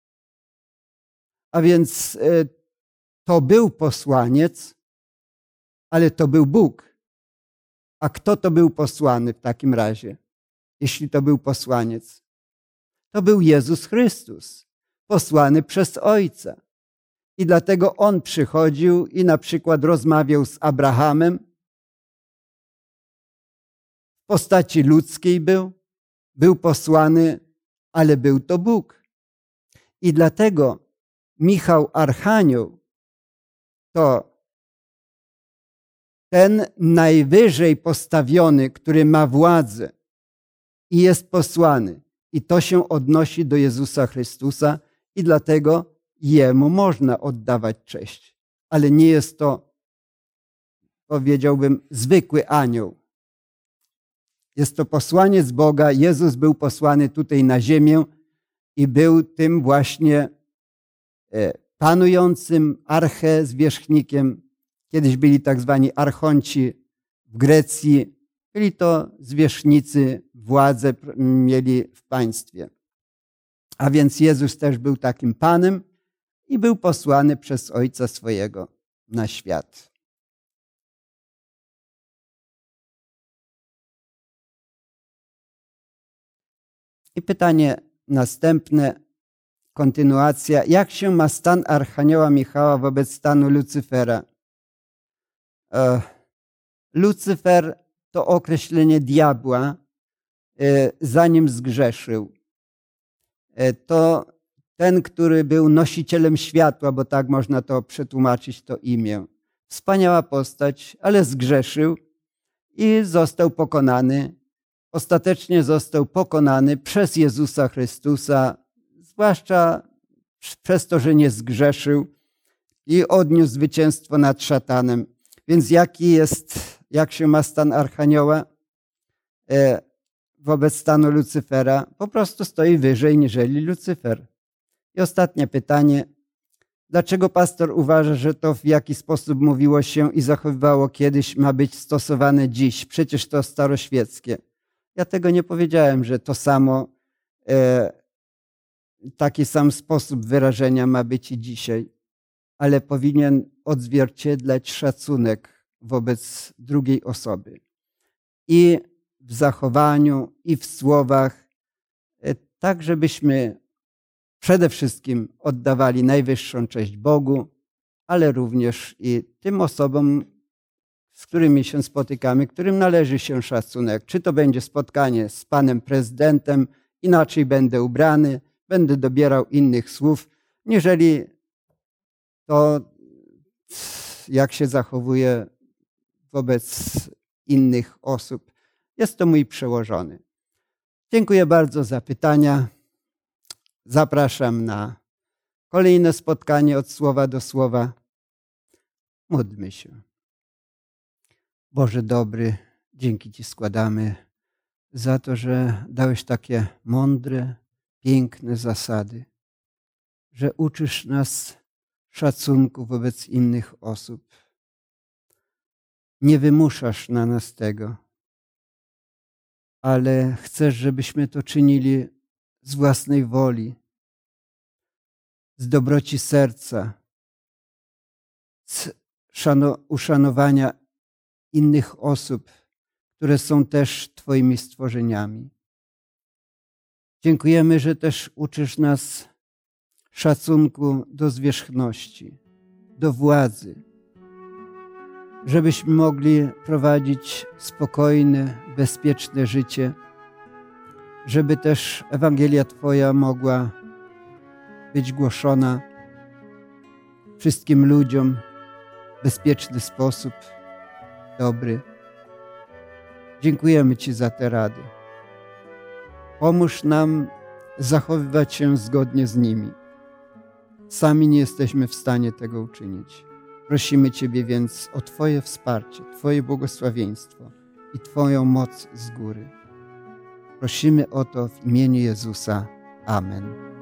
A więc to był posłaniec, ale to był Bóg. A kto to był posłany w takim razie, jeśli to był posłaniec? To był Jezus Chrystus, posłany przez Ojca. I dlatego On przychodził i na przykład rozmawiał z Abrahamem. W postaci ludzkiej był, był posłany, ale był to Bóg. I dlatego Michał Archanioł to ten najwyżej postawiony, który ma władzę i jest posłany. I to się odnosi do Jezusa Chrystusa i dlatego Jemu można oddawać cześć. Ale nie jest to, powiedziałbym, zwykły anioł. Jest to posłaniec Boga. Jezus był posłany tutaj na ziemię i był tym właśnie panującym archezwierzchnikiem. Kiedyś byli tak zwani archonci w Grecji. Byli to zwierzchnicy, władzę mieli w państwie. A więc Jezus też był takim Panem i był posłany przez Ojca swojego na świat. I pytanie następne, kontynuacja. Jak się ma stan Archanioła Michała wobec stanu Lucyfera? E, Lucyfer to określenie diabła, e, zanim zgrzeszył. E, to ten, który był nosicielem światła, bo tak można to przetłumaczyć, to imię. Wspaniała postać, ale zgrzeszył i został pokonany. Ostatecznie został pokonany przez Jezusa Chrystusa, zwłaszcza przez to, że nie zgrzeszył i odniósł zwycięstwo nad szatanem. Więc jaki jest, jak się ma stan Archanioła wobec stanu Lucyfera? Po prostu stoi wyżej niżeli Lucyfer. I ostatnie pytanie. Dlaczego pastor uważa, że to w jaki sposób mówiło się i zachowywało kiedyś ma być stosowane dziś? Przecież to staroświeckie. Ja tego nie powiedziałem, że to samo, e, taki sam sposób wyrażenia ma być i dzisiaj, ale powinien odzwierciedlać szacunek wobec drugiej osoby. I w zachowaniu, i w słowach, e, tak żebyśmy przede wszystkim oddawali najwyższą cześć Bogu, ale również i tym osobom, z którymi się spotykamy, którym należy się szacunek. Czy to będzie spotkanie z panem prezydentem, inaczej będę ubrany, będę dobierał innych słów, niżeli to, jak się zachowuje wobec innych osób. Jest to mój przełożony. Dziękuję bardzo za pytania. Zapraszam na kolejne spotkanie od słowa do słowa. Módlmy się. Boże dobry, dzięki Ci składamy za to, że dałeś takie mądre, piękne zasady, że uczysz nas szacunku wobec innych osób. Nie wymuszasz na nas tego, ale chcesz, żebyśmy to czynili z własnej woli, z dobroci serca, z uszanowania innych osób, które są też Twoimi stworzeniami. Dziękujemy, że też uczysz nas szacunku do zwierzchności, do władzy, żebyśmy mogli prowadzić spokojne, bezpieczne życie, żeby też Ewangelia Twoja mogła być głoszona wszystkim ludziom w bezpieczny sposób, dobry. Dziękujemy Ci za te rady. Pomóż nam zachowywać się zgodnie z nimi. Sami nie jesteśmy w stanie tego uczynić. Prosimy Ciebie więc o Twoje wsparcie, Twoje błogosławieństwo i Twoją moc z góry. Prosimy o to w imieniu Jezusa. Amen.